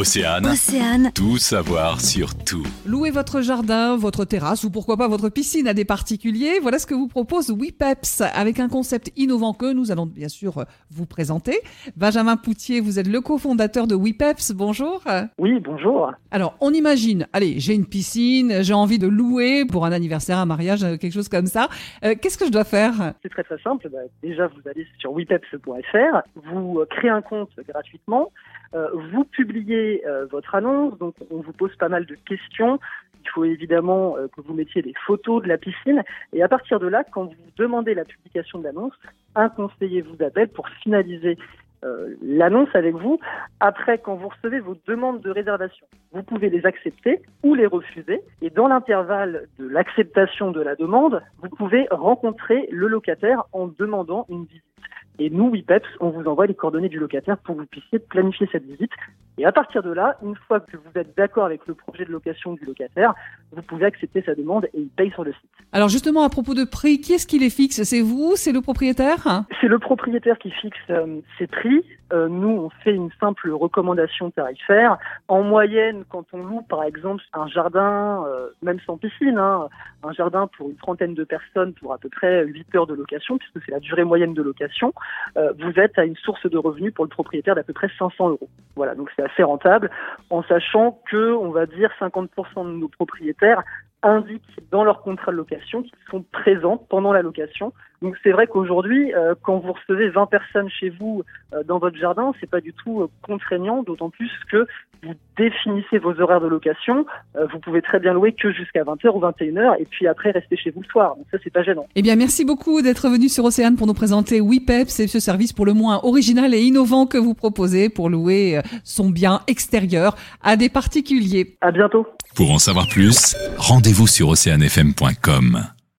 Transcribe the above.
Océane, tout savoir sur tout. Louez votre jardin, votre terrasse ou pourquoi pas votre piscine à des particuliers. Voilà ce que vous propose WePeps avec un concept innovant que nous allons bien sûr vous présenter. Benjamin Poutier, vous êtes le cofondateur de WePeps. Bonjour. Oui, bonjour. Alors, on imagine, allez, j'ai une piscine, j'ai envie de louer pour un anniversaire, un mariage, quelque chose comme ça. Qu'est-ce que je dois faire ? C'est très très simple. Déjà, vous allez sur wepeps.fr, vous créez un compte gratuitement, vous publiez votre annonce, donc on vous pose pas mal de questions. Il faut évidemment que vous mettiez des photos de la piscine et à partir de là, quand vous demandez la publication de l'annonce, un conseiller vous appelle pour finaliser l'annonce avec vous. Après, quand vous recevez vos demandes de réservation, vous pouvez les accepter ou les refuser. Et dans l'intervalle de l'acceptation de la demande, vous pouvez rencontrer le locataire en demandant une visite. Et nous, WePeps, on vous envoie les coordonnées du locataire pour que vous puissiez planifier cette visite. Et à partir de là, une fois que vous êtes d'accord avec le projet de location du locataire, vous pouvez accepter sa demande et il paye sur le site. Alors justement, à propos de prix, qui est-ce qui les fixe ? C'est vous ? C'est le propriétaire ? C'est le propriétaire qui fixe ses prix. Nous, on fait une simple recommandation tarifaire. En moyenne, quand on loue, par exemple, un jardin, même sans piscine, un jardin pour une trentaine de personnes pour à peu près 8 heures de location, puisque c'est la durée moyenne de location, vous êtes à une source de revenus pour le propriétaire d'à peu près 500 €. Voilà, donc c'est assez rentable, en sachant que, on va dire, 50% de nos propriétaires indiquent dans leur contrat de location qu'ils sont présents pendant la location. Donc c'est vrai qu'aujourd'hui, quand vous recevez 20 personnes chez vous dans votre jardin, c'est pas du tout contraignant, d'autant plus que vous définissez vos horaires de location. Vous pouvez très bien louer que jusqu'à 20h ou 21h et puis après rester chez vous le soir. Donc ça, c'est pas gênant. Eh bien, merci beaucoup d'être venu sur Océane pour nous présenter WePeps et ce service pour le moins original et innovant que vous proposez pour louer son bien extérieur à des particuliers. À bientôt. Pour en savoir plus, rendez-vous sur oceanfm.com.